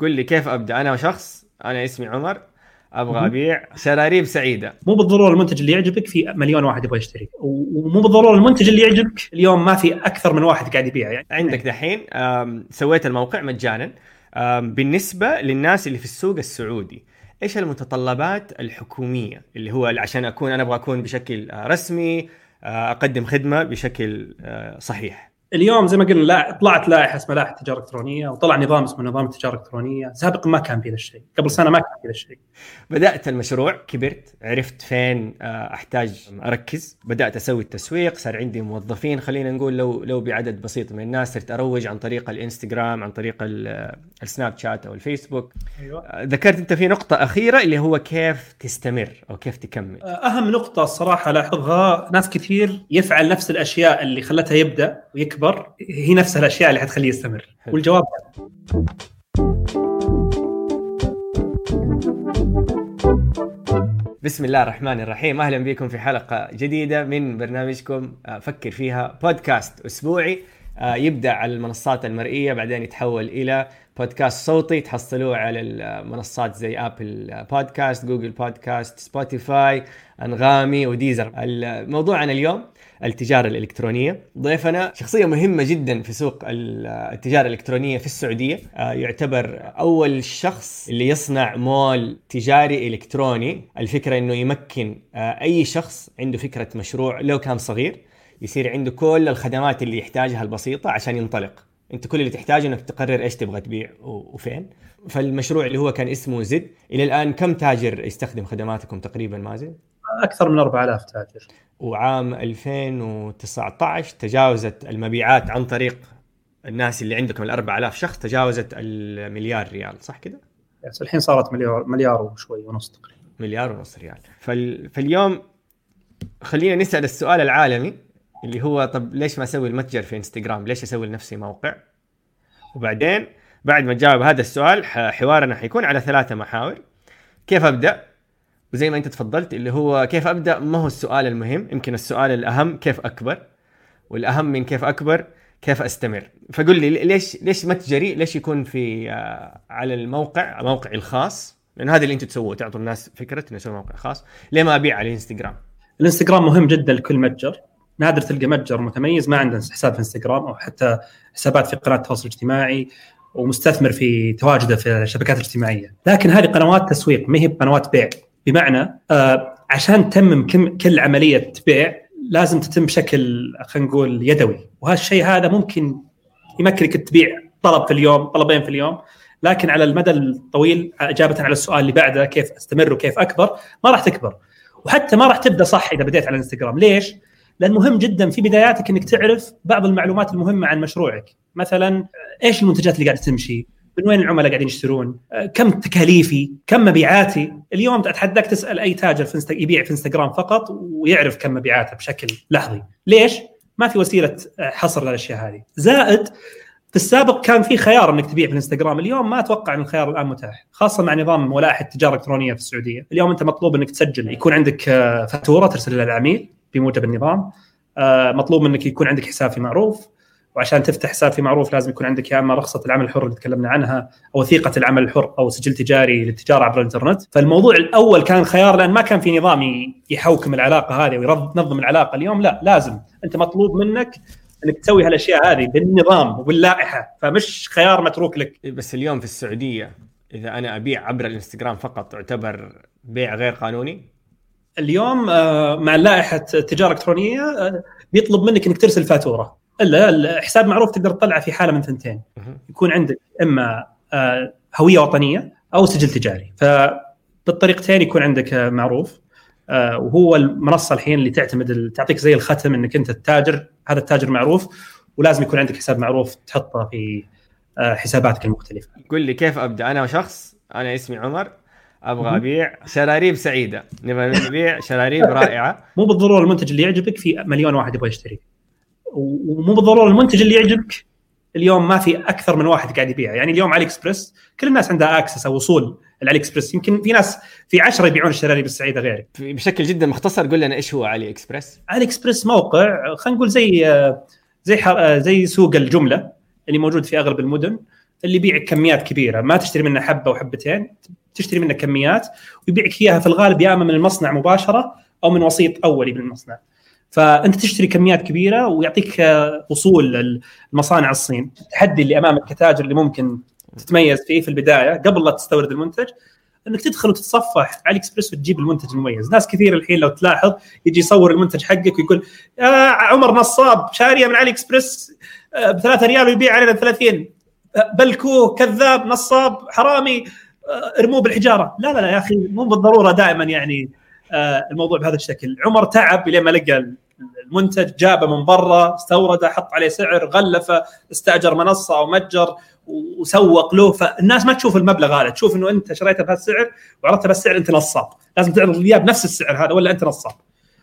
قل لي كيف أبدأ. أنا شخص، أنا اسمي عمر، أبغى أبيع شراريب سعيدة. مو بالضرورة المنتج اللي يعجبك في مليون واحد يبغى يشتري، ومو بالضرورة المنتج اللي يعجبك اليوم ما في أكثر من واحد قاعد يبيع. يعني عندك دحين سويت الموقع مجانا. بالنسبة للناس اللي في السوق السعودي، إيش المتطلبات الحكومية اللي هو عشان أنا أبغى أكون بشكل رسمي، أقدم خدمة بشكل صحيح؟ اليوم زي ما قلنا طلعت لائحة اسمها لائحة التجارة الإلكترونية، وطلع نظام اسمه نظام التجارة الإلكترونية. سابقا ما كان في ذا الشيء، قبل سنة ما كان في ذا الشيء. بدأت المشروع، كبرت، عرفت فين أحتاج أركز، بدأت أسوي التسويق، صار عندي موظفين، خلينا نقول لو بعدد بسيط من الناس، صرت أروج عن طريق الإنستغرام، عن طريق السناب شات أو الفيسبوك. أيوة. ذكرت أنت في نقطة أخيرة اللي هو كيف تستمر أو كيف تكمل. أهم نقطة الصراحة لاحظها، ناس كثير يفعل نفس الأشياء اللي خلتها يبدأ ويكبر، هي نفس الأشياء اللي حتخليه يستمر. حلو. والجواب بسم الله الرحمن الرحيم. أهلا بكم في حلقة جديدة من برنامجكم فكر فيها، بودكاست أسبوعي يبدأ على المنصات المرئية، بعدين يتحول إلى بودكاست صوتي تحصلوه على المنصات زي أبل بودكاست، جوجل بودكاست، سبوتيفاي، أنغامي وديزر. الموضوع عن اليوم التجارة الإلكترونية. ضيفنا شخصية مهمة جدا في سوق التجارة الإلكترونية في السعودية، يعتبر أول شخص اللي يصنع مول تجاري إلكتروني. الفكرة إنه يمكن أي شخص عنده فكرة مشروع لو كان صغير يصير عنده كل الخدمات اللي يحتاجها البسيطة عشان ينطلق. انت كل اللي تحتاجه انك تقرر ايش تبغى تبيع وفين. فالمشروع اللي هو كان اسمه زد، الى الان كم تاجر يستخدم خدماتكم تقريبا مازن؟ أكثر من 4000 تاجر. وعام 2019 تجاوزت المبيعات عن طريق الناس اللي عندكم 4000 شخص تجاوزت المليار ريال، صح كده؟ بس الحين صارت مليار وشوي ونص تقريبا. مليار ونص ريال. فاليوم خلينا نسأل السؤال العالمي اللي هو طب ليش ما أسوي المتجر في إنستغرام؟ ليش أسوي لنفسي موقع؟ وبعدين بعد ما تجاوب هذا السؤال حوارنا حيكون على 3 محاور. كيف أبدأ؟ وزي ما أنت تفضلت اللي هو كيف أبدأ ما هو السؤال المهم، يمكن السؤال الأهم كيف أكبر، والأهم من كيف أكبر كيف أستمر. فقل لي ليش متجري، ليش يكون في على الموقع موقعي الخاص؟ لأن هذا اللي أنتوا تسووه، تعطوا الناس فكرة إنه يسوي موقع خاص. ليه ما أبيع على الإنستغرام؟ الانستغرام مهم جدا لكل متجر. نادر تلقى متجر متميز ما عنده حساب في انستغرام او حتى حسابات في قناه التواصل الاجتماعي ومستثمر في تواجده في الشبكات الاجتماعيه. لكن هذه قنوات تسويق، ما هي قنوات بيع. بمعنى عشان تتمم كل عمليه بيع لازم تتم بشكل خلينا نقول يدوي، وهذا الشيء هذا ممكن يمكنك تبيع طلب في اليوم، طلبين في اليوم، لكن على المدى الطويل اجابه على السؤال اللي بعده كيف استمر وكيف اكبر، ما راح تكبر، وحتى ما راح تبدا صح اذا بديت على الانستغرام. ليش؟ لأن مهم جدا في بداياتك انك تعرف بعض المعلومات المهمه عن مشروعك. مثلا ايش المنتجات اللي قاعده تمشي، من وين العملاء قاعدين يشترون، كم تكاليفي، كم مبيعاتي. اليوم اتحداك تسال اي تاجر في يبيع في انستغرام فقط ويعرف كم مبيعاته بشكل لحظي. ليش؟ ما في وسيله حصر للاشياء هذه. زائد في السابق كان في خيار انك تبيع في الانستغرام، اليوم ما اتوقع ان الخيار الان متاح، خاصه مع نظام ولائحه التجاره الالكترونيه في السعوديه. اليوم انت مطلوب انك تسجل، يكون عندك فاتوره ترسلها للعميل بموجب النظام، مطلوب منك يكون عندك حساب في معروف، وعشان تفتح حساب في معروف لازم يكون عندك يا اما رخصه العمل الحر اللي تكلمنا عنها او وثيقه العمل الحر او سجل تجاري للتجاره عبر الانترنت. فالموضوع الاول كان خيار لان ما كان في نظام يحوكم العلاقه هذه وينظم العلاقه. اليوم لا، لازم انت مطلوب منك انك تسوي هالاشياء هذه بالنظام وباللائحه، فمش خيار متروك لك. بس اليوم في السعوديه اذا انا ابيع عبر الانستغرام فقط تعتبر بيع غير قانوني. اليوم مع لائحه التجاره الالكترونيه بيطلب منك انك ترسل فاتوره، الا الحساب معروف تقدر تطلع في حاله من ثنتين، يكون عندك اما هويه وطنيه او سجل تجاري. فبالطريقتين يكون عندك معروف، وهو المنصه الحين اللي تعطيك زي الختم انك انت التاجر، هذا التاجر معروف، ولازم يكون عندك حساب معروف تحطه في حساباتك المختلفه. قل لي كيف ابدا. انا شخص، انا اسمي عمر، ابغى ابيع شراريب سعيده، نبغى نبيع شراريب رائعه. مو بالضروره المنتج اللي يعجبك في مليون واحد يبغى يشتري، ومو بالضروره المنتج اللي يعجبك اليوم ما في اكثر من واحد قاعد يبيع. يعني اليوم علي اكسبرس كل الناس عندها اكسس او وصول علي اكسبرس، يمكن في ناس في 10 يبيعون الشراريب السعيده غيرك. بشكل جدا مختصر قل لنا ايش هو علي اكسبرس. علي اكسبرس موقع خلينا نقول زي سوق الجمله اللي موجود في اغلب المدن، اللي يبيع كميات كبيره، ما تشتري منه حبه وحبتين، تشتري منه كميات ويبيعك اياها في الغالب يا اما من المصنع مباشره او من وسيط اولي بالمصنع. فانت تشتري كميات كبيره ويعطيك وصول للمصانع الصين. التحدي اللي امامك كتاجر اللي ممكن تتميز فيه في البدايه قبل لا تستورد المنتج، انك تدخل وتتصفح علي اكسبرس وتجيب المنتج المميز. ناس كثير الحين لو تلاحظ يجي يصور المنتج حقك ويقول عمر نصاب شاريه من علي اكسبرس ب3 ريال ويبيع علينا 30، بلكوه كذاب نصاب حرامي ارموه بالحجاره. لا لا لا يا اخي، مو بالضروره دائما يعني الموضوع بهذا الشكل. عمر تعب لين ما لقى المنتج، جابه من برا، استورده، حط عليه سعر، غلفه، استاجر منصه او متجر وسوق له. فالناس ما تشوف المبلغ هذا، تشوف انه انت شريته بهذا السعر وعرضته بهذا السعر، انت نصاب. لازم تعرض اياه بنفس السعر هذا ولا انت نصاب.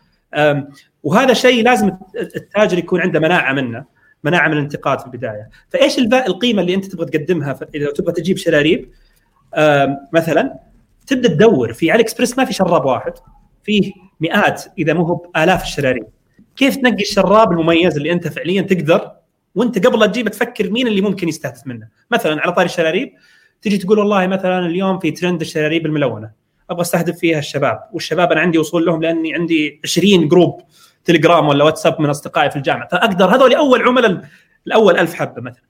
وهذا شيء لازم التاجر يكون عنده مناعه منه، مناعه من الانتقاد في البدايه. فايش القيمه اللي انت تبغى تقدمها اذا تبغى تجيب شراريب؟ مثلا تبدا تدور في علي اكسبرس، ما في شراب واحد، فيه مئات اذا مو هو آلاف الشراريب. كيف تنقي الشراب المميز اللي انت فعليا تقدر وانت قبل لا تجيبه تفكر مين اللي ممكن يستهدف منه؟ مثلا على طاري الشراريب تجي تقول والله مثلا اليوم في ترند الشراريب الملونه، ابغى استهدف فيها الشباب، والشباب انا عندي وصول لهم لاني عندي 20 جروب تليجرام ولا واتساب من اصدقائي في الجامعه، فاقدر هذول اول عملاء الاول 1000 حبه مثلا.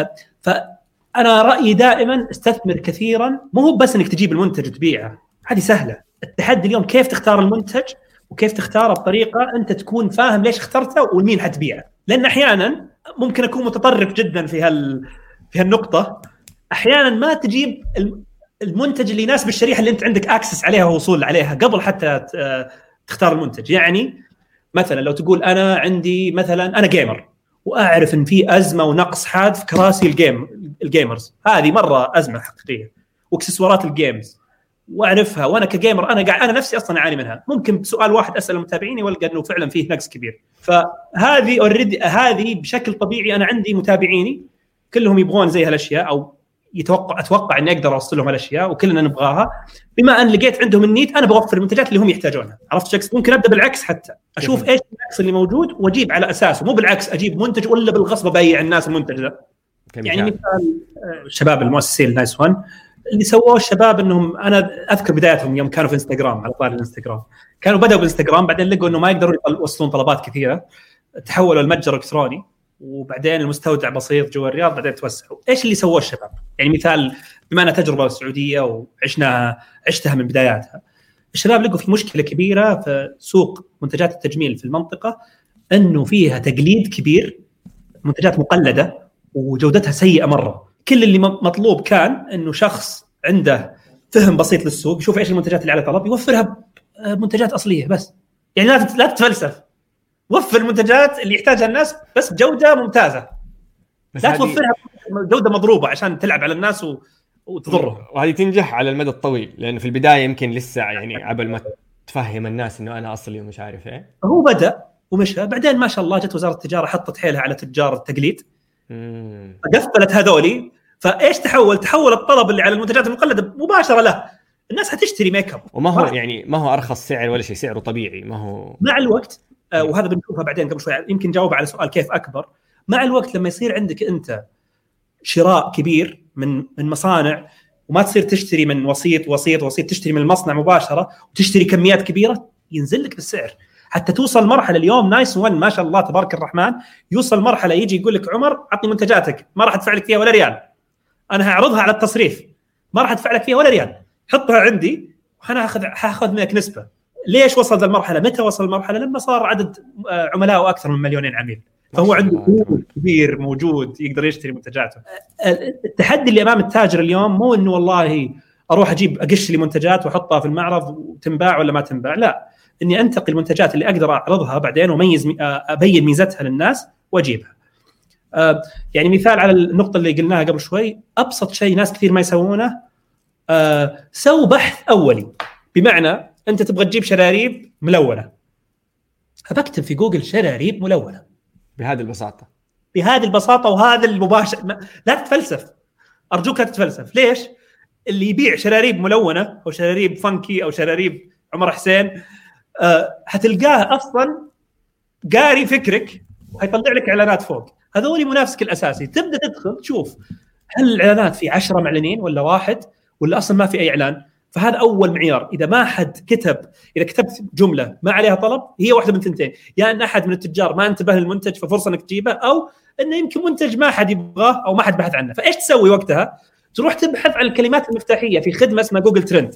فانا رايي دائما استثمر كثيرا، مو هو بس انك تجيب المنتج وتبيعه، هذه سهله. التحدي اليوم كيف تختار المنتج وكيف تختاره بطريقه انت تكون فاهم ليش اخترته ومين حتبيعه. لان احيانا ممكن اكون متطرف جدا في هالنقطه، احيانا ما تجيب المنتج اللي يناسب الشريحه اللي انت عندك اكسس عليها ووصول عليها قبل حتى تختار المنتج. يعني مثلا لو تقول انا عندي مثلا انا جيمر واعرف ان في ازمه ونقص حاد في كراسي الجيمرز، هذه مره ازمه حقيقيه، واكسسوارات الجيمز واعرفها، وانا كجيمر انا نفسي اصلا اعاني منها. ممكن بسؤال واحد اسال المتابعين والقى انه فعلا فيه نقص كبير. فهذه اوريدي، هذه بشكل طبيعي انا عندي متابعيني كلهم يبغون زي هالاشياء، او اتوقع اني اقدر اوصل لهم هالاشياء وكلنا نبغاها. بما ان لقيت عندهم النيت انا بوفر المنتجات اللي هم يحتاجونها. عرفت شكس؟ ممكن ابدا بالعكس، حتى اشوف ايش النقص اللي موجود واجيب على اساسه، مو بالعكس اجيب منتج ولا بالغصب ابيع الناس المنتج ده. يعني مثال الشباب المؤسسين النايس وان اللي سووه الشباب، انهم انا اذكر بدايتهم يوم كانوا في انستغرام، على طاري الانستغرام كانوا بدأوا بالانستغرام، بعدين لقوا انه ما يقدروا يوصلون طلبات كثيره، تحولوا المتجر الالكتروني، وبعدين المستودع بسيط جوا الرياض، بعدين توسعوا. ايش اللي سووه الشباب؟ يعني مثال بما أنها تجربه السعوديه وعشتها من بداياتها، الشباب لقوا في مشكله كبيره في سوق منتجات التجميل في المنطقه، انه فيها تقليد كبير، منتجات مقلده وجودتها سيئه مره. كل اللي مطلوب كان انه شخص عنده فهم بسيط للسوق، يشوف ايش المنتجات اللي على طلب، يوفرها منتجات اصليه بس. يعني لا تتفلسف، وفر المنتجات اللي يحتاجها الناس بس بجوده ممتازه، لا توفرها جوده مضروبه عشان تلعب على الناس وتضرهم. وهذه تنجح على المدى الطويل، لانه في البدايه يمكن لسه يعني عبل ما تفهم الناس انه انا اصلي ومش عارف ايه. هو بدا ومشى، بعدين ما شاء الله جت وزاره التجاره حطت حيلها على تجار التقليد، قفلت هذولي. فايش تحول الطلب اللي على المنتجات المقلده مباشره له. الناس هتشتري ميك اب، وما هو يعني ما هو ارخص سعر ولا شيء، سعره طبيعي. ما هو مع الوقت وهذا بنشوفها بعدين قبل شوي، يمكن جاوب على سؤال كيف اكبر. مع الوقت لما يصير عندك انت شراء كبير من مصانع، وما تصير تشتري من وسيط، تشتري من المصنع مباشره وتشتري كميات كبيره، ينزل لك بالسعر حتى توصل مرحله. اليوم نايس وان ما شاء الله تبارك الرحمن يوصل مرحله يجي يقول لك عمر عطني منتجاتك، ما راح ادفع لك فيها ولا ريال، انا هعرضها على التصريف، ما راح ادفع لك فيها ولا ريال، حطها عندي وانا هاخذ منك نسبه. ليش وصل ذا المرحله؟ متى وصل المرحله؟ لما صار عدد عملائه اكثر من 2 مليون عميل، فهو عنده قوة كبير موجود يقدر يشتري منتجاته. التحدي اللي امام التاجر اليوم مو انه والله اروح اقش لي منتجات واحطها في المعرض وتنباع ولا ما تنباع، لا، اني انتقي المنتجات اللي اقدر اعرضها بعدين ابين ميزتها للناس واجيبها. يعني مثال على النقطه اللي قلناها قبل شوي، ابسط شيء ناس كثير ما يسوونه، سو بحث اولي. بمعنى انت تبغى تجيب شراريب ملونه، فبكتب في جوجل شراريب ملونه بهذه البساطه وهذا المباشر. لا تتفلسف، ارجوك لا تتفلسف. ليش؟ اللي يبيع شراريب ملونه او شراريب فانكي او شراريب عمر حسين هتلقاه اصلا قاري فكرك وهيطلع لك اعلانات فوق. هذول منافسك الاساسي. تبدا تدخل تشوف هل الاعلانات في 10 معلنين ولا واحد ولا اصلا ما في اي اعلان؟ فهذا اول معيار. اذا ما حد اذا كتبت جمله ما عليها طلب، هي واحده من ثنتين: يا ان احد من التجار ما انتبه للمنتج ففرصه انك تجيبه، او انه يمكن منتج ما حد يبغاه او ما حد بحث عنه. فايش تسوي وقتها؟ تروح تبحث عن الكلمات المفتاحيه في خدمه اسمها جوجل ترند.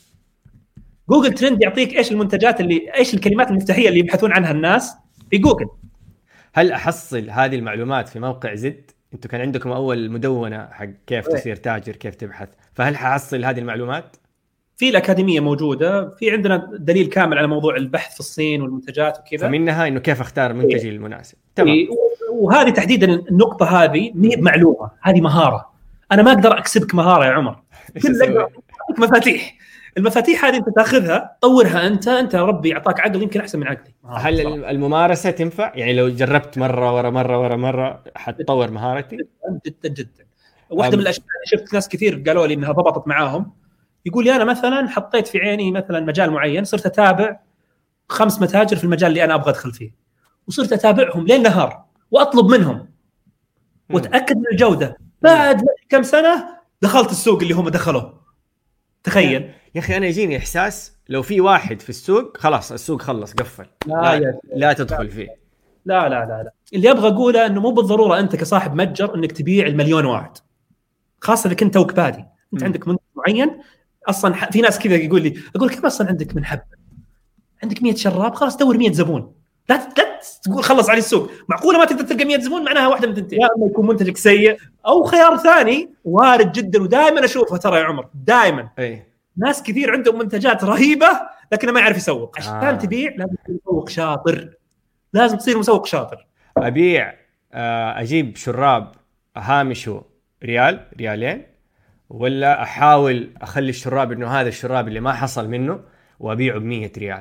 جوجل ترند يعطيك ايش الكلمات المفتاحيه اللي يبحثون عنها الناس في جوجل. هل احصل هذه المعلومات في موقع زد؟ انتم كان عندكم اول مدونه حق كيف تصير تاجر، كيف تبحث، فهل ححصل هذه المعلومات؟ في الأكاديمية موجودة، في عندنا دليل كامل على موضوع البحث في الصين والمنتجات وكذا، فمنها إنه كيف أختار منتجي المناسب. تمام. وهذه تحديدا النقطة هذه مهي بمعلومة، هذه مهارة. أنا ما أقدر أكسبك مهارة يا عمر، أقدر أعطيك مفاتيح. المفاتيح هذه أنت تأخذها طورها، أنت ربي أعطاك عقل يمكن أحسن من عقلي. هل الممارسة تنفع؟ يعني لو جربت مرة ورا مرة ورا مرة حتطور مهارتي؟ جدا جدا. واحدة من الأشياء اللي شفت ناس كثير قالوا لي إنها ضبطت معاهم، يقول لي أنا مثلا حطيت في عيني مثلا مجال معين، صرت أتابع 5 متاجر في المجال اللي أنا أبغى أدخل فيه، وصرت أتابعهم ليل نهار وأطلب منهم وأتأكد من الجودة. بعد كم سنة دخلت السوق اللي هم دخلوه. تخيل يا أخي، أنا يجيني إحساس لو في واحد في السوق خلاص السوق خلص قفل، لا تدخل فيه. لا اللي أبغى أقوله أنه مو بالضرورة أنت كصاحب متجر أنك تبيع المليون واحد، خاصة إذا كنت توك بادي. أنت عندك منتج معين اصلا. في ناس كذا يقول لي، اقول كم اصلا عندك من حب؟ عندك 100 شراب، خلاص دور 100 زبون، لا تقول خلص على السوق. معقوله ما تقدر تلقى 100 زبون؟ معناها واحده من ثنتين: يا اما يكون منتجك سيء، او خيار ثاني وارد جدا ودائما اشوفه ترى يا عمر، دائما ناس كثير عندهم منتجات رهيبه لكنه ما يعرف يسوق. عشان تبيع لازم تصير مسوق شاطر، لازم تصير مسوق شاطر. ابيع اجيب شراب هامشه ريالين، ولا احاول اخلي الشراب انه هذا الشراب اللي ما حصل منه وابيعه ب100 ريال؟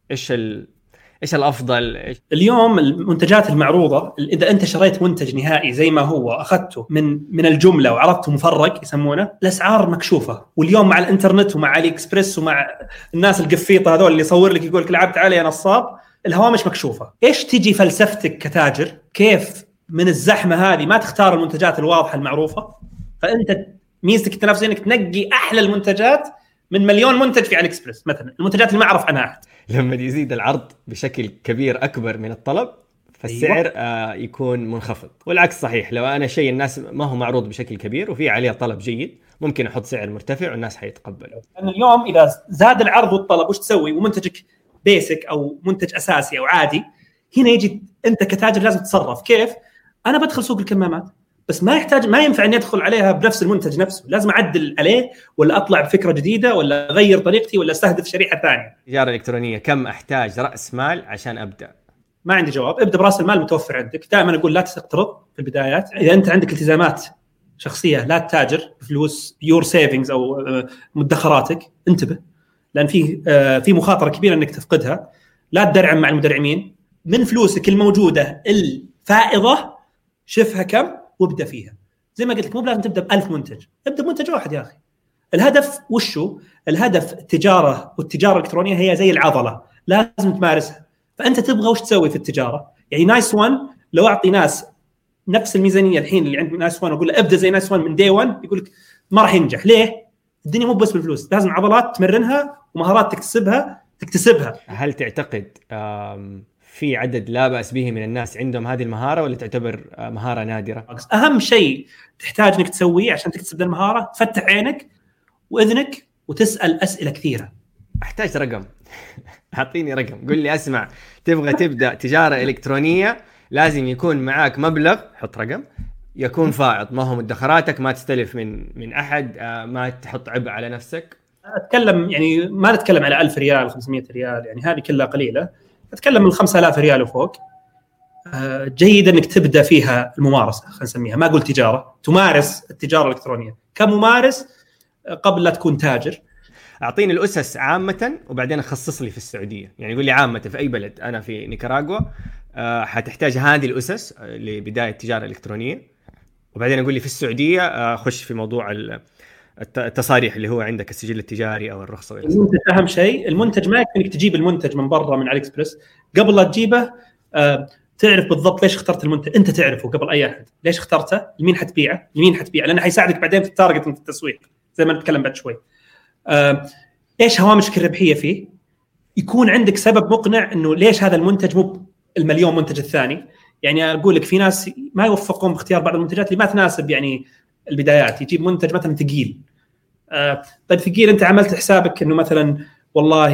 ايش الافضل؟ اليوم المنتجات المعروضه، اذا انت شريت منتج نهائي زي ما هو اخذته من الجمله وعرضته مفرق يسمونه، الاسعار مكشوفه. واليوم مع الانترنت ومع علي اكسبرس ومع الناس القفيطه هذول اللي يصور لك يقول لك لعبت علي يا نصاب، الهوامش مكشوفه. ايش تجي فلسفتك كتاجر؟ كيف من الزحمه هذه ما تختار المنتجات الواضحه المعروفه؟ فانت ميزتك انت نفسك انك تنقي احلى المنتجات من مليون منتج في علي اكسبرس مثلا، المنتجات اللي ما اعرف عنها احد. لما يزيد العرض بشكل كبير اكبر من الطلب فالسعر يكون منخفض، والعكس صحيح. لو انا شيء الناس ما هو معروض بشكل كبير وفي عليه طلب جيد، ممكن احط سعر مرتفع والناس حيتقبله. لأن اليوم اذا زاد العرض والطلب وش تسوي؟ ومنتجك بيسك او منتج اساسي او عادي، هنا يجي انت كتاجر لازم تتصرف. كيف؟ انا بدخل سوق الكمامات بس ما ينفع اني ادخل عليها بنفس المنتج نفسه، لازم اعدل عليه ولا اطلع بفكره جديده ولا اغير طريقتي ولا استهدف شريحه ثانيه. التجاره الالكترونيه كم احتاج راس مال عشان ابدا؟ ما عندي جواب. ابدا براس المال متوفر عندك. دائما اقول لا تقترض في البدايات. اذا انت عندك التزامات شخصيه لا تتاجر بفلوس يور سيفنجز او مدخراتك، انتبه، لان في مخاطره كبيره انك تفقدها. لا تدرعم مع المدرعمين. من فلوسك الموجوده الفائضه شوفها كم وابدا فيها. زي ما قلت لك مو لازم تبدا ب1000 منتج، ابدا بمنتج واحد يا اخي. الهدف وشو؟ الهدف التجاره، والتجاره الالكترونيه هي زي العضله لازم تمارسها. فانت تبغى وش تسوي في التجاره؟ يعني نايس وان لو اعطي ناس نفس الميزانيه الحين اللي عند نايس وان واقول له ابدا زي نايس وان من دي 1، يقول لك ما راح ينجح. ليه؟ الدنيا مو بس بالفلوس، لازم عضلات تمرنها ومهارات تكتسبها. هل تعتقد في عدد لا بأس به من الناس عندهم هذه المهارة، ولا تعتبر مهارة نادرة؟ أهم شيء تحتاج إنك تسويه عشان تكتسب المهارة، تفتح عينك وإذنك وتسأل أسئلة كثيرة. أحتاج رقم. أعطيني رقم، قل لي أسمع تبغى تبدأ تجارة إلكترونية لازم يكون معاك مبلغ، حط رقم يكون فائض، ما هو مدخراتك، ما تستلف من أحد، ما تحط عبء على نفسك. أتكلم يعني ما نتكلم على 1000 ريال 500 ريال، يعني هذه كلها قليلة. أتكلم من 5000 ريال وفوق. جيد أنك تبدأ فيها الممارسة، خلينا نسميها، ما أقول تجارة، تمارس التجارة الإلكترونية كممارس قبل لا تكون تاجر. أعطيني الأسس عامة وبعدين أخصص لي في السعودية. يعني يقول لي عامة في أي بلد، أنا في نيكاراغوا حتحتاج هذه الأسس لبداية تجارة إلكترونية، وبعدين أقول لي في السعودية أخش في موضوع التصاريح اللي هو عندك السجل التجاري أو الرخصة. المنتج أهم شيء. المنتج ما يكفي إنك تجيب المنتج من برا من علي إكسبرس، قبل لا تجيبه تعرف بالضبط ليش اخترت المنتج، انت تعرفه قبل اي احد ليش اخترته، لمين حتبيعه، لانه حيساعدك بعدين في التارجتنج في التسويق زي ما نتكلم بعد شوي. ايش هوامشك الربحيه فيه، يكون عندك سبب مقنع انه ليش هذا المنتج مو المليون منتج الثاني. يعني اقول لك في ناس ما يوفقون باختيار بعض المنتجات اللي ما تناسب يعني البدايات، يجيب منتج مثلا ثقيل. طيب ثقيل، انت عملت حسابك انه مثلا والله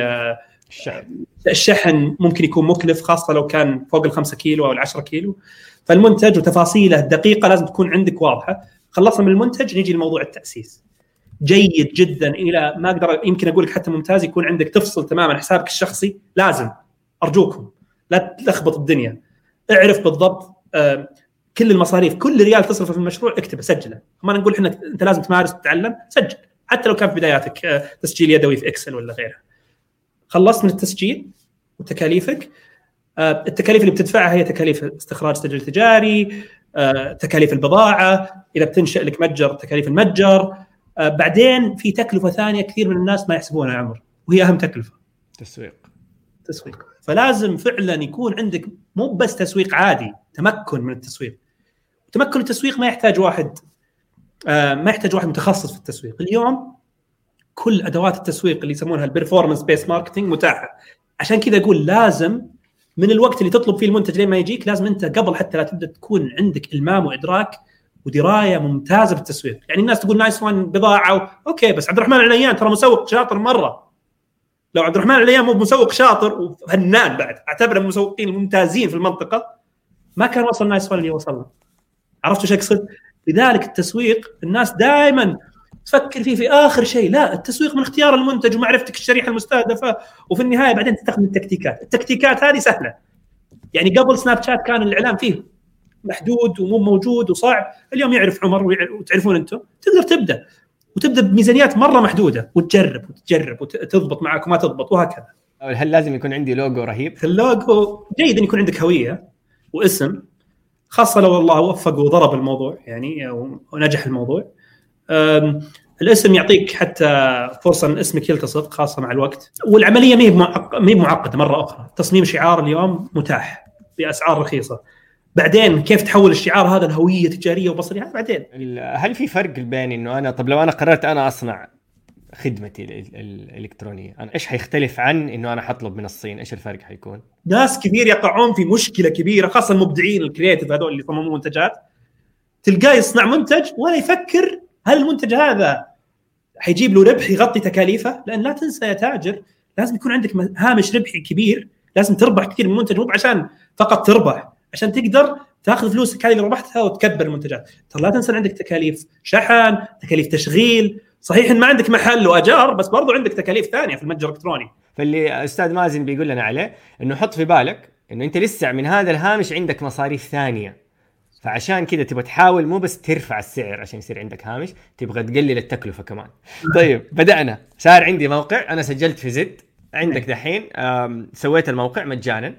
الشحن ممكن يكون مكلف، خاصه لو كان فوق ال5 كيلو او ال10 كيلو. فالمنتج وتفاصيله الدقيقه لازم تكون عندك واضحه. خلصنا من المنتج نيجي لموضوع التاسيس. جيد جدا الى ما اقدر يمكن اقول لك حتى ممتاز يكون عندك تفصل تماما حسابك الشخصي. لازم ارجوكم لا تلخبط الدنيا، اعرف بالضبط كل المصاريف، كل ريال تصرفه في المشروع اكتبه سجله. ما نقول احنا انت لازم تمارس تتعلم، سجل حتى لو كان في بداياتك تسجيل يدوي في اكسل ولا غيره. خلصت من التسجيل وتكاليفك. التكاليف اللي بتدفعها هي تكاليف استخراج سجل تجاري، تكاليف البضاعه، اذا بتنشئ لك متجر تكاليف المتجر. بعدين في تكلفه ثانيه كثير من الناس ما يحسبونها يا عمر، وهي اهم تكلفه، تسويق. فلازم فعلا يكون عندك مو بس تسويق عادي، تمكن من التسويق. تمكن التسويق ما يحتاج واحد متخصص في التسويق. اليوم كل ادوات التسويق اللي يسمونها البرفورمانس بيس ماركتينج متاحه. عشان كذا اقول لازم من الوقت اللي تطلب فيه المنتج لين ما يجيك، لازم انت قبل حتى لا تبدا تكون عندك المام وادراك ودرايه ممتازه بالتسويق. يعني الناس تقول نايس وان بضاعه اوكي، بس عبد الرحمن العليان ترى مسوق شاطر مره. لو عبد الرحمن العليان مو مسوق شاطر وفنان بعد، اعتبره من المسوقين الممتازين في المنطقه، ما كان وصل نايس وان اللي وصلنا. عرفتوا ايش اقصد؟ لذلك التسويق الناس دائما تفكر فيه في آخر شيء. لا، التسويق من اختيار المنتج ومعرفتك الشريحة المستهدفة، وفي النهاية بعدين تستخدم التكتيكات هذه سهلة. يعني قبل سناب شات كان الإعلام فيه محدود ومو موجود وصعب. اليوم يعرف عمر وتعرفون أنتم، تقدر تبدأ بميزانيات مرة محدودة وتجرب وتضبط معك وما تضبط وهكذا. هل لازم يكون عندي لوجو رهيب؟ اللوجو جيد أن يكون عندك هوية واسم، خاصة لو الله وفق وضرب الموضوع يعني ونجح الموضوع. الاسم يعطيك حتى فرصة أن اسمك يلتصق خاصة مع الوقت. والعملية مي معقدة مرة أخرى. تصميم شعار اليوم متاح بأسعار رخيصة. بعدين كيف تحول الشعار هذا لهوية تجارية وبصرية بعدين. هل في فرق بين إنه أنا لو أنا قررت أنا أصنع خدمتي الإلكترونية، أنا إيش حيختلف عن إنه أنا حطلب من الصين؟ إيش الفرق حيكون؟ ناس كثير يقعون في مشكلة كبيرة، خاصة المبدعين الكرياتيف هذول اللي يصممون منتجات. تلقاه يصنع منتج ولا يفكر هل المنتج هذا حيجيب له ربح يغطي تكاليفه. لأن لا تنسى يا تاجر، لازم يكون عندك هامش ربحي كبير. لازم تربح كثير من المنتج، مو عشان فقط تربح، عشان تقدر تاخذ فلوسك هذه اللي ربحتها وتكبر المنتجات. ترى لا تنسى عندك تكاليف شحن، تكاليف تشغيل. صحيح إن ما عندك محل وأجار، بس برضو عندك تكاليف ثانية في المتجر الإلكتروني. فاللي أستاذ مازن بيقول لنا عليه إنه حط في بالك إنه أنت لسه من هذا الهامش عندك مصاريف ثانية. فعشان كده تبغى تحاول مو بس ترفع السعر عشان يصير عندك هامش، تبغى تقلل التكلفة كمان. طيب بدأنا، صار عندي موقع، أنا سجلت في زد، عندك دحين سويت الموقع مجانا.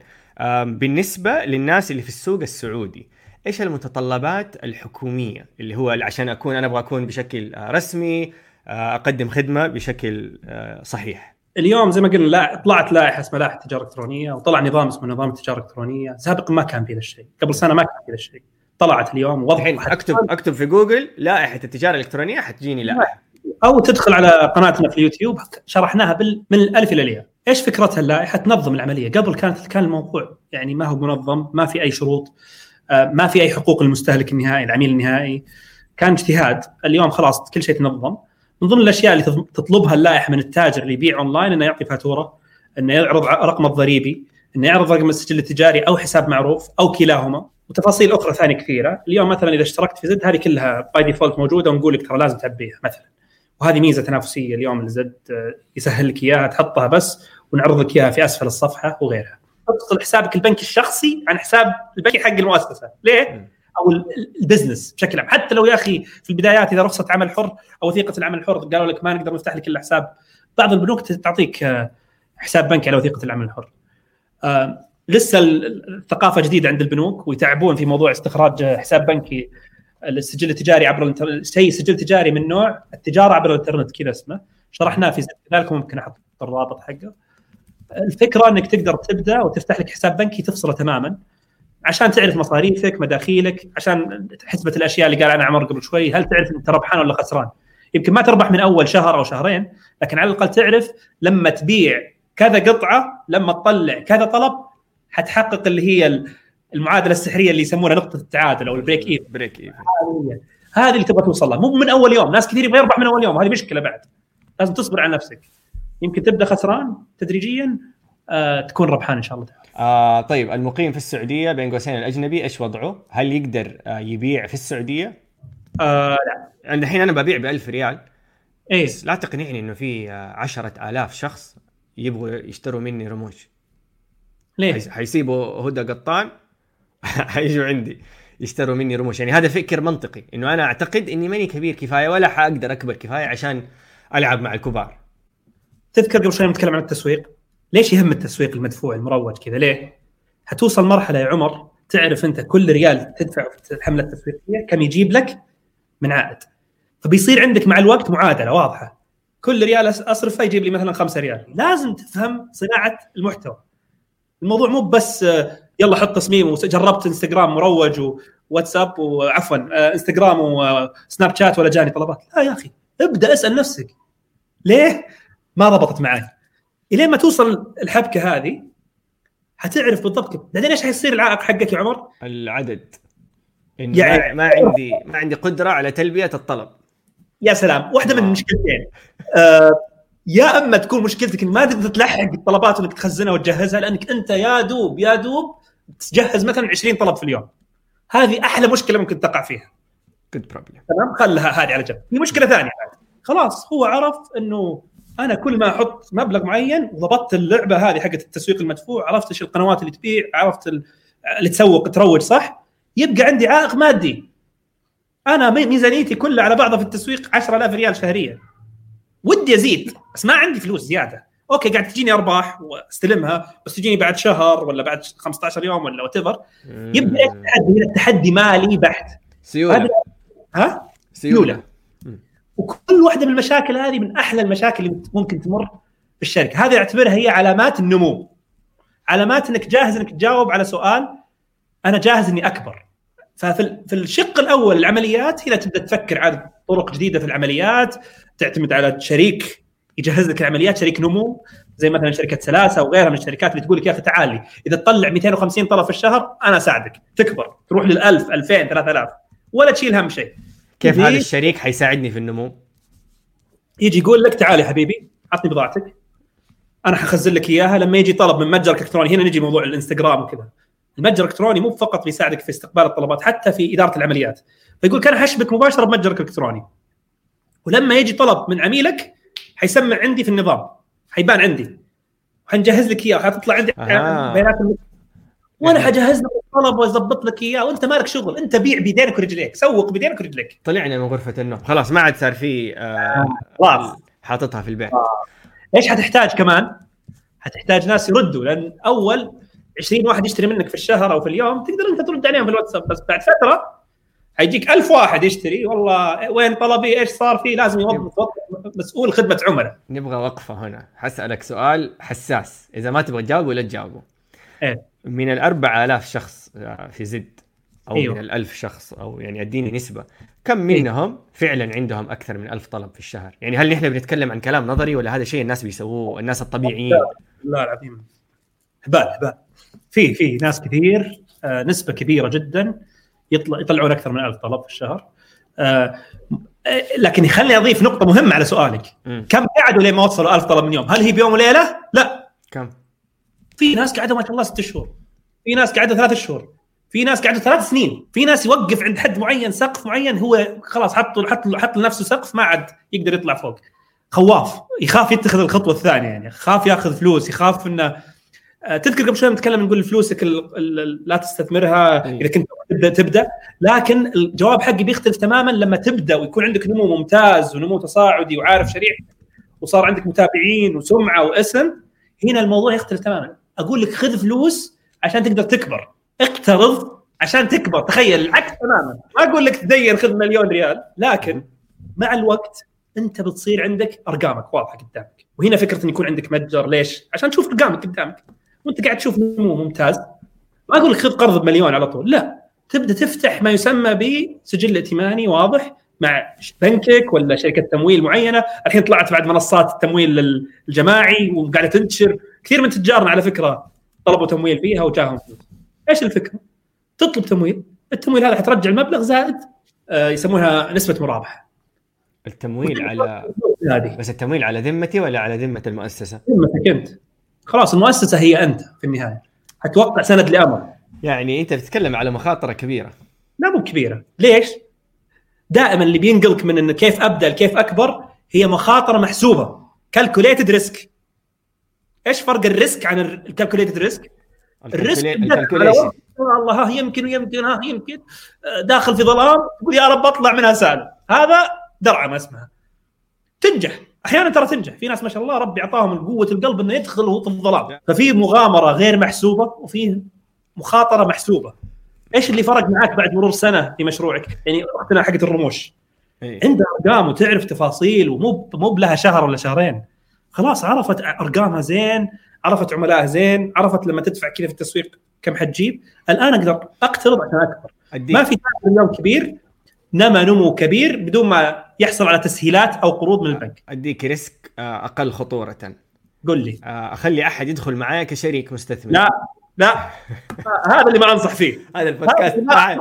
بالنسبة للناس اللي في السوق السعودي، إيش المتطلبات الحكومية اللي هو عشان أنا أبغى أكون بشكل رسمي أقدم خدمة بشكل صحيح؟ اليوم زي ما قلنا طلعت لائحة اسمها لائحة التجارة الإلكترونية، وطلع نظام اسمه نظام التجارة الإلكترونية. سابقا ما كان في هذا الشيء، قبل سنة ما كان في هذا الشيء. طلعت اليوم وضح. اكتب في جوجل لائحة التجارة الإلكترونية حتجيني لائحة، او تدخل على قناتنا في اليوتيوب شرحناها من الالف الى الياء. ايش فكرتها اللائحة؟ تنظم العملية. قبل كان الموضوع يعني ما هو منظم، ما في اي شروط، ما في اي حقوق المستهلك النهائي العميل النهائي، كان اجتهاد. اليوم خلاص كل شيء تنظم. من ضمن الاشياء اللي تطلبها اللائحة من التاجر اللي يبيع اونلاين انه يعطي فاتورة، انه يعرض رقم الضريبي، انه يعرض رقم السجل التجاري او حساب معروف او كلاهما، وتفاصيل اخرى ثانيه كثيره. اليوم مثلا اذا اشتركت في زد هذه كلها باي ديفولت موجوده، ونقول لك ترى لازم تعبيها مثلا. وهذه ميزه تنافسيه اليوم الزد يسهل لك اياها، تحطها بس ونعرض لك اياها في اسفل الصفحه وغيرها. تفصل حسابك البنكي الشخصي عن حساب البنكي حق المؤسسه. ليه؟ او البزنس بشكل عام. حتى لو يا اخي في البدايات اذا رخصه عمل حر او وثيقه العمل الحر قالوا لك ما نقدر نفتح لك الا حساب، بعض البنوك تعطيك حساب بنكي على وثيقه العمل الحر. لسه الثقافه جديده عند البنوك، ويتعبون في موضوع استخراج حساب بنكي. السجل التجاري عبر الانترنت، شيء سجل تجاري من نوع التجاره عبر الانترنت كذا اسمه، شرحناه في ذلك، ممكن احط الرابط حقه. الفكره انك تقدر تبدا وتفتح لك حساب بنكي تفصله تماما عشان تعرف مصاريفك مداخيلك، عشان حسبة الاشياء اللي قال عنها عمر قبل شوي. هل تعرف انت ربحان ولا خسران؟ يمكن ما تربح من اول شهر او شهرين، لكن على الاقل تعرف لما تبيع كذا قطعه، لما تطلع كذا طلب، حتحقق اللي هي المعادله السحريه اللي يسمونها نقطه التعادل او البريك ايفن. هذه اللي تبغى توصل لها، مو من اول يوم. ناس كثير يبغى يربح من اول يوم، هذه مشكله. بعد لازم تصبر على نفسك، يمكن تبدا خسران تدريجيا تكون ربحان ان شاء الله تعالى. طيب المقيم في السعوديه بين قوسين الاجنبي ايش وضعه؟ هل يقدر يبيع في السعوديه؟ لا، عند الحين انا ببيع ب1000 ريال. ايه بس لا تقنعني انه في 10,000 شخص يبغوا يشتروا مني رموش. ليه؟ حيسيبوا هدى قطان حيجوا عندي يشتروا مني رموش. يعني هذا فكر منطقي، انه انا اعتقد اني ماني كبير كفايه ولا حاقدر اكبر كفايه عشان العب مع الكبار. تذكر قبل شوي نتكلم عن التسويق، ليش يهم التسويق المدفوع المروج كذا؟ ليه؟ هتوصل مرحله يا عمر تعرف انت كل ريال تدفع في الحمله التسويقيه كم يجيب لك من عائد، فبيصير عندك مع الوقت معادله واضحه. كل ريال اصرفه يجيب لي مثلا 5 ريال. لازم تفهم صناعه المحتوى. الموضوع مو بس يلا حط تصميم وجربت انستغرام مروج وواتساب وعفوا انستغرام وسناب شات ولا جاني طلبات. لا يا اخي، ابدا اسال نفسك ليه ما ضبطت معي. الين ما توصل الحبكه هذه حتعرف بالضبط. بعدين ايش حيصير العائق حقك يا عمر؟ العدد. يعني ما عندي قدره على تلبيه الطلب. يا سلام، واحده من المشكلتين. يا اما تكون مشكلتك ان ما تقدر تلحق الطلبات وانك تخزنها وتجهزها، لانك انت يا دوب تجهز مثلا 20 طلب في اليوم. هذه احلى مشكله ممكن تقع فيها. good problem. تمام، خلها هذه على جنب. في مشكله ثانيه بعد. خلاص هو عرف انه انا كل ما احط مبلغ معين وضبطت اللعبه هذه حقت التسويق المدفوع، عرفت ايش القنوات اللي تبيع، عرفت اللي تروج صح، يبقى عندي عائق مادي. انا ميزانيتي كلها على بعضها في التسويق 10,000 ريال شهريا، ودي ازيد بس ما عندي فلوس زياده. اوكي قاعد تجيني ارباح واستلمها، بس تجيني بعد شهر ولا بعد 15 يوم ولا وات. يبقى التحدي مالي بحت. سيوله. سيوله. وكل واحده من المشاكل هذه من احلى المشاكل اللي ممكن تمر في الشركه. هذه اعتبرها هي علامات النمو، علامات انك جاهز انك تجاوب على سؤال انا جاهز اني اكبر. ففي الشق الاول العمليات، هنا تبدا تفكر على طرق جديده في العمليات، تعتمد على شريك يجهز لك العمليات، شريك نمو زي مثلا شركه سلاسه وغيرها من الشركات اللي تقول لك يا اخي تعالي اذا تطلع 250 طلب في الشهر انا اساعدك تكبر، تروح لل1000 2000 3000 ولا تشيل هم شيء. كيف هذا الشريك حيساعدني في النمو؟ يجي يقول لك تعالي حبيبي عطني بضاعتك انا حخزن لك اياها. لما يجي طلب من متجر الكتروني، هنا نجي موضوع الانستغرام وكذا، المتجر الالكتروني مو فقط بيساعدك في استقبال الطلبات، حتى في اداره العمليات. فيقول كان حشبك مباشره بمتجرك الالكتروني، ولما يجي طلب من عميلك حيسمع عندي في النظام، حيبان عندي وحنجهز لك اياه، حتطلع عندي بيانات وانا حجهز لك الطلب واظبط لك اياه، وانت مالك شغل، انت بيع بيدينك ورجليك، سوق بيدينك ورجليك. طلعنا من غرفه النوم خلاص، ما عاد صار في خلاص حاططها في البيت. ايش حتحتاج كمان؟ حتحتاج ناس يردوا، لان اول 20 واحد يشتري منك في الشهر او في اليوم تقدر انت ترد عليهم في الواتساب، بس بعد فتره هيجيك 1000 واحد يشتري، والله وين طلبي، ايش صار فيه، لازم يوظف مسؤول خدمه عملاء. نبغى وقفه هنا، حسألك سؤال حساس، اذا ما تبغى تجاوب ولا تجاوبه. من 4000 شخص في زد او من 1000 شخص، او يعني اديني نسبه، كم منهم فعلا عندهم اكثر من 1000 طلب في الشهر؟ يعني هل نحن بنتكلم عن كلام نظري ولا هذا شيء الناس بيسووه، الناس الطبيعيين؟ لا العظيم هبال. في ناس كثير، نسبه كبيره جدا يطلعون اكثر من 1000 طلب في الشهر. لكن خليني اضيف نقطه مهمه على سؤالك. كم قعدوا لين ما وصلوا 1000 طلب من يوم؟ هل هي بيوم وليله؟ لا. كم؟ في ناس قعدوا ما شاء الله 6 شهور، في ناس قعدوا 3 شهور، في ناس قعدوا 3 سنين، في ناس يوقف عند حد معين، سقف معين، هو خلاص حط لنفسه سقف ما عاد يقدر يطلع فوق. خواف، يخاف يتخذ الخطوه الثانيه، يعني خاف ياخذ فلوس، يخاف انه تذكر قبل شوي نتكلم نقول فلوسك لا تستثمرها اذا كنت تبدا، لكن الجواب حقي بيختلف تماما لما تبدا ويكون عندك نمو ممتاز ونمو تصاعدي وعارف شريحتك وصار عندك متابعين وسمعه واسم. هنا الموضوع يختلف تماما. اقول لك خذ فلوس عشان تقدر تكبر، اقترض عشان تكبر، تخيل العكس تماما. ما اقول لك تدين خذ 1,000,000 ريال، لكن مع الوقت انت بتصير عندك ارقامك واضحه قدامك. وهنا فكره ان يكون عندك متجر، ليش؟ عشان تشوف ارقامك قدامك وانت قاعد تشوف نمو ممتاز. ما اقول لك خذ قرض بمليون على طول، لا، تبدا تفتح ما يسمى بسجل ائتماني واضح مع بنكك ولا شركه تمويل معينه. الحين طلعت بعد منصات التمويل الجماعي وقاعده تنتشر، كثير من تجارنا على فكره طلبوا تمويل فيها وجاهم فلوس. ايش الفكره؟ تطلب تمويل، التمويل هذا حترجع المبلغ زائد يسمونها نسبه مرابحه. التمويل على هذه بس التمويل على ذمتي ولا على ذمه المؤسسه؟ ذمتك انت، خلاص المؤسسه هي انت في النهايه، حتوقع سند لامر. يعني انت بتتكلم على مخاطره كبيره. لا مو كبيره، ليش؟ دائما اللي بينقلك من انه كيف ابدا كيف اكبر هي مخاطره محسوبه، كالكوليتد ريسك. ايش فرق الريسك عن الكالكوليتد ريسك؟ الريسك الكالكوليشن الله ها يمكن ويمكن ها يمكن داخل في ظلام تقول يا رب اطلع منها سالم، هذا درعه ما اسمها. تنجح احيانا، ترى تنجح في ناس ما شاء الله ربي اعطاهم قوه القلب انه يدخل وهو في الظلام. ففي مغامره غير محسوبه وفي مخاطره محسوبه. ايش اللي فرق معك بعد مرور سنه في مشروعك؟ يعني اختنا حقت الرموش عندها ارقام وتعرف تفاصيل، ومو بلها شهر ولا شهرين، خلاص عرفت ارقامها زين، عرفت عملائها زين، عرفت لما تدفع كذا في التسويق كم حتجيب. الان اقدر اقترض عشان اكبر. ما في اليوم كبير نمو كبير بدون ما يحصل على تسهيلات او قروض من البنك. اديك ريسك اقل خطوره. قل لي اخلي احد يدخل معايا كشريك مستثمر؟ لا هذا اللي ما انصح فيه. هذا البودكاست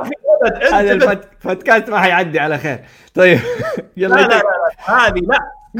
هذا البودكاست ما حيعدي على خير. طيب يلا لا هذه لا.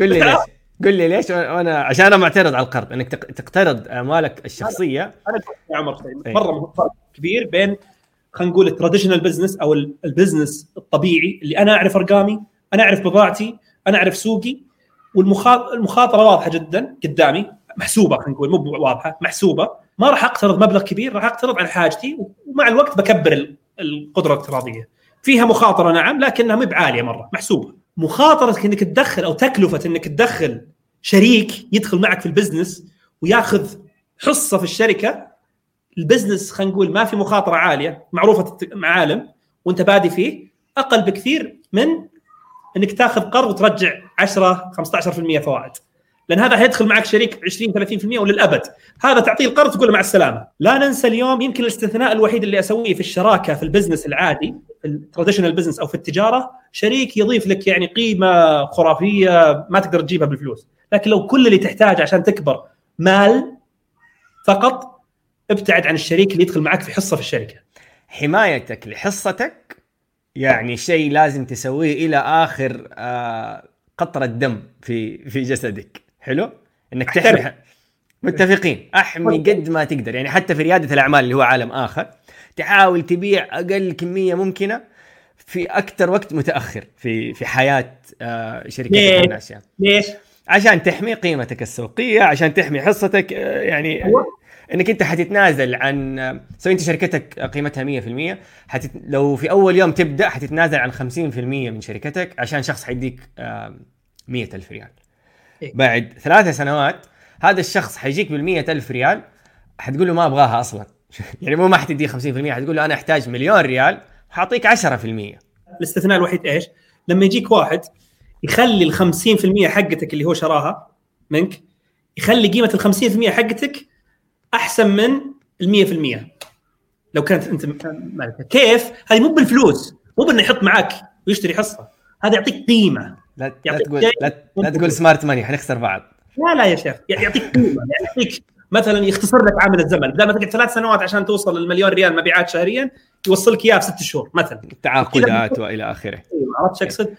قل لي ليش. وانا عشان انا معترض على القرض، انك تقترض اموالك الشخصيه. انا يا عمر مره فرق كبير بين خلينا نقول التراديشنال بزنس او البزنس الطبيعي اللي انا اعرف ارقامي، انا اعرف بضاعتي، انا اعرف سوقي، والمخاطره واضحه جدا قدامي، محسوبه. خلينا نقول مو واضحه، محسوبه. ما راح اقترض مبلغ كبير، راح اقترض على حاجتي، ومع الوقت بكبر القدره الاقتراضيه. فيها مخاطره نعم، لكنها مو بعاليه مره، محسوبه. مخاطره انك تدخل او تكلفه انك تدخل شريك يدخل معك في البزنس وياخذ حصه في الشركه. البزنس خلينا نقول ما في مخاطره عاليه معروفه معالم وانت بادي فيه، اقل بكثير من انك تاخذ قرض وترجع 10-15% فوائد، لان هذا هيدخل معك شريك 20-30% وللابد. هذا تعطيه القرض تقول له مع السلامه. لا ننسى اليوم يمكن الاستثناء الوحيد اللي اسويه في الشراكه في البزنس العادي، في التراديشنال بزنس او في التجاره، شريك يضيف لك يعني قيمه خرافيه ما تقدر تجيبها بالفلوس. لكن لو كل اللي تحتاج عشان تكبر مال فقط، ابتعد عن الشريك اللي يدخل معك في حصه في الشركه. حمايتك لحصتك يعني شيء لازم تسويه الى اخر قطره دم في جسدك. حلو انك تحمي. متفقين. احمي قد ما تقدر، يعني حتى في رياده الاعمال اللي هو عالم اخر، تحاول تبيع اقل كميه ممكنه في اكثر وقت متاخر في حياه شركتك الناشئه. ليش؟ عشان تحمي قيمتك السوقيه، عشان تحمي حصتك. يعني انك انت حتتنازل عن سو انت شركتك قيمتها 100%، لو في اول يوم تبدا حتتنازل عن 50% من شركتك عشان شخص حيديك 100,000 ريال. بعد 3 سنوات هذا الشخص حيجيك بال100,000 ريال، حتقول له ما ابغاها اصلا. يعني مو ما حتديه 50%، حتقول له انا احتاج 1,000,000 ريال، حاعطيك 10%. الاستثناء الوحيد ايش؟ لما يجيك واحد يخلي 50% حقتك اللي هو شراها منك، يخلي قيمه 50% حقتك احسن من 100%. لو كانت انت مالك كيف؟ هذه مو بالفلوس، مو بانه يحط معك ويشتري حصه، هذا يعطيك قيمه. لا تقول سمارت ماني حنخسر بعض. لا يا شيخ، يعطيك قيمه. يعني يعطيك مثلا يختصر لك عامل الزمن، بدل ما تقعد 3 سنوات عشان توصل ل1,000,000 ريال مبيعات شهريا، يوصلك اياها في 6 شهور مثلا، تعاقدات والى اخره. عرفت شو اقصد؟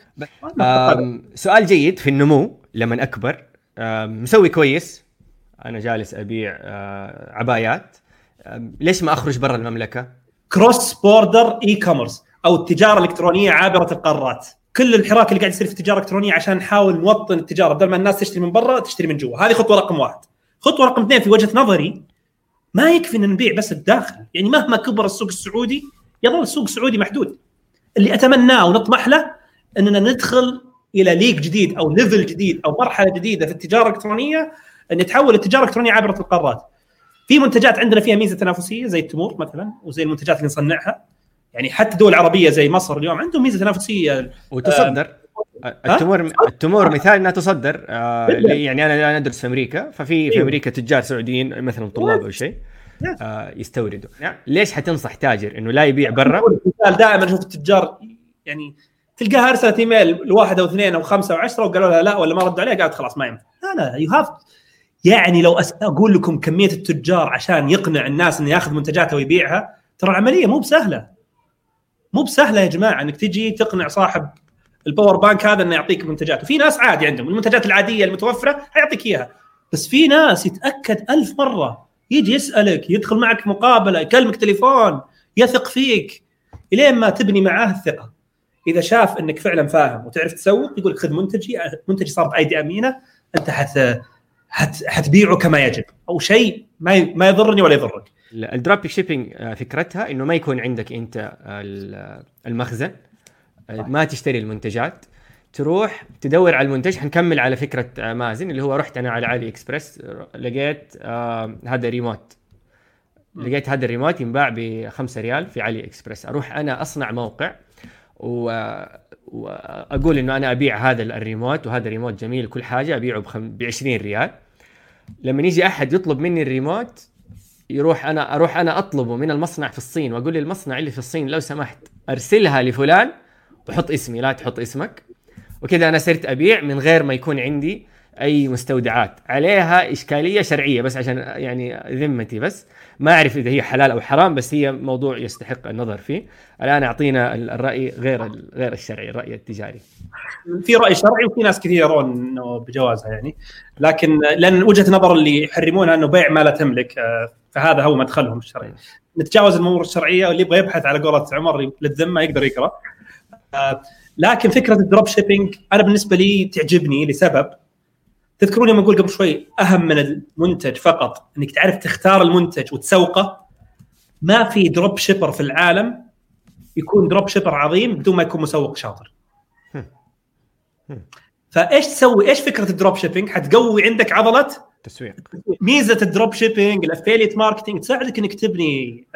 سؤال جيد. في النمو لما اكبر مسوي كويس، انا جالس ابيع عبايات، ليش ما اخرج برا المملكه؟ كروس بوردر اي كوميرس او التجاره الالكترونيه عابره القارات. كل الحراك اللي قاعد يصير في التجاره الالكترونيه عشان نحاول نوطن التجاره، بدل ما الناس تشتري من برا تشتري من جوا. هذه خطوه رقم 1. خطوه رقم 2 في وجهه نظري، ما يكفي ان نبيع بس الداخل. يعني مهما كبر السوق السعودي يظل السوق السعودي محدود. اللي اتمناه ونطمح له اننا ندخل الى ليج جديد او ليفل جديد او مرحله جديده في التجاره الالكترونيه، ان نتحول التجاره الالكترونيه عابره القارات. في منتجات عندنا فيها ميزه تنافسيه زي التمور مثلا، وزي المنتجات اللي نصنعها. يعني حتى دول عربيه زي مصر اليوم عندهم ميزه تنافسيه وتصدر. التمور مثال انها تصدر. يعني انا ادرس في امريكا، ففي امريكا تجار سعوديين مثلا طلاب او شيء، يستوردوا. ليش حتنصح تاجر انه لا يبيع برا؟ دائما اشوف التجار يعني تلقاها ارسلت ايميل لواحد او اثنين او 5 او 10 وقالوا لها لا ولا ما ردوا عليها، قالت خلاص ما ينفع. لا يو هاف يعني لو اقول لكم كميه التجار عشان يقنع الناس انه ياخذ منتجاته ويبيعها، ترى العمليه مو بسهله يا جماعه انك تجي تقنع صاحب الباور بانك هذا انه يعطيك منتجات. وفي ناس عادي عندهم المنتجات العاديه المتوفره حيعطيك اياها، بس في ناس يتاكد 1000 مره، يجي يسالك، يدخل معك مقابله، يكلمك تليفون، يثق فيك الين ما تبني معاه الثقه. اذا شاف انك فعلا فاهم وتعرف تسوق يقول لك خذ منتجي صار بايدي امينه، انت حتبيعه كما يجب، او شيء ما يضرني ولا يضرك. الدروب شيبينج فكرتها انه ما يكون عندك انت المخزن، ما تشتري المنتجات، تروح تدور على المنتج. حنكمل على فكرة مازن اللي هو رحت أنا على علي إكسبرس، لقيت هذا ريموت، لقيت هذا الريموت ينباع ب5 ريال في علي إكسبرس. أروح أنا أصنع موقع وأقول إنه أنا أبيع هذا الريموت، وهذا ريموت جميل كل حاجة، أبيعه ب20 ريال. لما يجي أحد يطلب مني الريموت أروح أنا أطلبه من المصنع في الصين، وأقول للمصنع اللي في الصين لو سمحت أرسلها لفلان وحط اسمي، لا تحط اسمك. وكذا أنا صرت أبيع من غير ما يكون عندي أي مستودعات. عليها إشكالية شرعية بس عشان يعني ذمتي، بس ما أعرف إذا هي حلال أو حرام، بس هي موضوع يستحق النظر فيه. الآن أعطينا الرأي غير الشرعي، الرأي التجاري. في رأي شرعي وفي ناس كثير يرون إنه بجوازها يعني، لكن لأن وجهة نظر اللي يحرمونها إنه بيع ما لا تملك، فهذا هو مدخلهم الشرعي. نتجاوز الأمور الشرعية، واللي يبغى يبحث على قولة عمر للذمة يقدر يقرأ. لكن فكرة الدروب شيبينج أنا بالنسبة لي تعجبني لسبب. تذكرون يوم أقول قبل شوي أهم من المنتج فقط أنك تعرف تختار المنتج وتسوقه. ما في دروب شيبر في العالم يكون دروب شيبر عظيم بدون ما يكون مسوق شاطر. فإيش تسوي؟ إيش فكرة الدروب شيبينج؟ حتقوي عندك عضلة تسويق. ميزة الدروب شيبينج الأفيليت ماركتينج تساعدك أنك تبني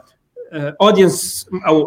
اودينس او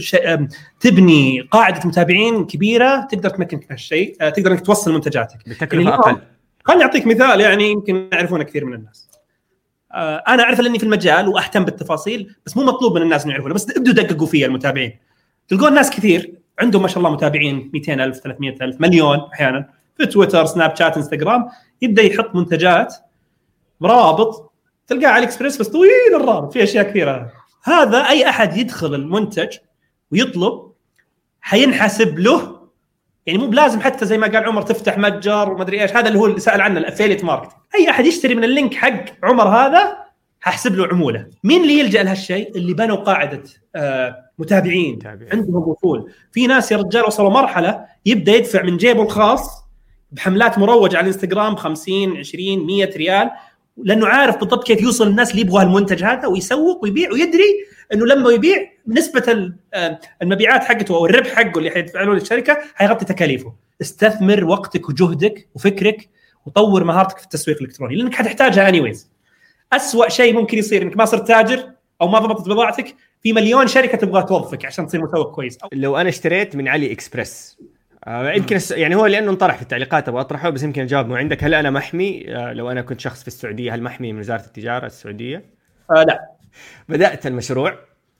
تبني قاعده متابعين كبيره تقدر تمكنك من هالشيء، تقدر انك توصل منتجاتك بتكلفه اقل. خليني اعطيك مثال يعني يمكن يعرفونه كثير من الناس. انا اعرف لاني في المجال واهتم بالتفاصيل، بس مو مطلوب من الناس ان يعرفونه، بس ابدوا دققوا فيها المتابعين. تلقون ناس كثير عندهم ما شاء الله متابعين 200,000 300,000 مليون احيانا في تويتر سناب شات انستغرام، يبدا يحط منتجات مرابط تلقاه على الاكسبريس بس طويل الرابط فيه اشياء كثيره. هذا أي أحد يدخل المنتج ويطلب حينحسب له، يعني مو بلازم حتى زي ما قال عمر تفتح متجر وما أدري إيش، هذا اللي هو اللي سأل عنه الأفيليت ماركتينج. أي أحد يشتري من اللينك حق عمر هذا هحسب له عمولة. مين اللي يلجأ لهالشيء؟ اللي بنوا قاعدة متابعين عندهم وصول. في ناس يا رجال وصلوا مرحلة يبدأ يدفع من جيبه الخاص بحملات مروجة على الانستغرام 50 20 100 ريال، لأنه عارف بالضبط كيف يوصل الناس اللي يبغوا المنتج هذا ويسوق ويبيع، ويدري أنه لما يبيع نسبة المبيعات حقته أو الربح حقه اللي حيدفعونه للشركة هيغطي تكاليفه. استثمر وقتك وجهدك وفكرك وطور مهارتك في التسويق الإلكتروني لأنك حتحتاجها anyways. أسوأ شيء ممكن يصير إنك ما صرت تاجر أو ما ضبطت بضاعتك، في مليون شركة تبغى توظفك عشان تصير مسوق كويس. لو أنا اشتريت من علي إكسبرس يمكن يعني هو لأنه انطرح في التعليقات أبغى أطرحه، بس يمكن الجواب مو عندك. هل أنا محمي لو أنا كنت شخص في السعودية؟ هل محمي من وزارة التجارة السعودية؟ لا. بدأت المشروع،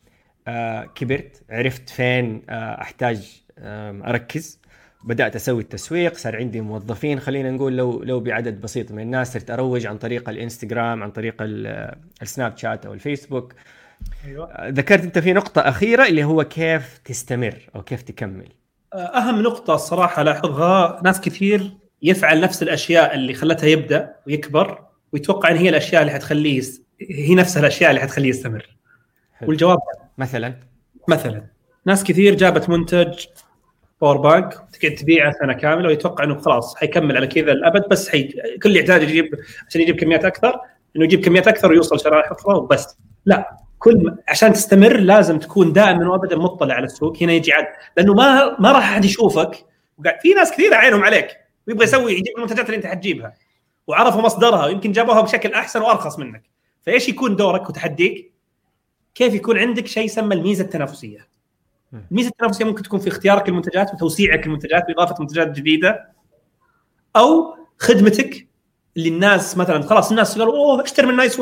كبرت، عرفت فين أحتاج أركز، بدأت أسوي التسويق، صار عندي موظفين، خلينا نقول لو بعدد بسيط من الناس، صرت أروج عن طريق الإنستغرام، عن طريق السناب شات أو الفيسبوك. أيوة. ذكرت أنت في نقطة أخيرة اللي هو كيف تستمر أو كيف تكمل. أهم نقطة الصراحة لاحظها، ناس كثير يفعل نفس الأشياء اللي خلتها يبدأ ويكبر ويتوقع أن هي الأشياء اللي حتخليه هي نفسها الأشياء اللي حتخليه يستمر. حلو. والجواب مثلا ناس كثير جابت منتج باور بانك تقعد تبيعه سنة كاملة ويتوقع أنه خلاص حيكمل على كذا الأبد، بس كل يحتاج عشان يجيب كميات أكثر إنه يجيب كميات أكثر ويوصل شرائح أخرى وبس. لا، عشان تستمر لازم تكون دائما وابدا مطلع على السوق. هنا يجي عاد، لانه ما راح احد يشوفك. في ناس كثير عينهم عليك ويبغى يجيب المنتجات اللي انت حتجيبها، وعرفوا مصدرها ويمكن جابوها بشكل احسن وارخص منك. فايش يكون دورك وتحديك؟ كيف يكون عندك شيء يسمى الميزه التنافسيه. الميزه التنافسيه ممكن تكون في اختيارك للمنتجات وتوسيعك للمنتجات واضافه منتجات جديده، او خدمتك اللي الناس مثلا خلاص الناس قالوا اوه اشتري من نايس 1،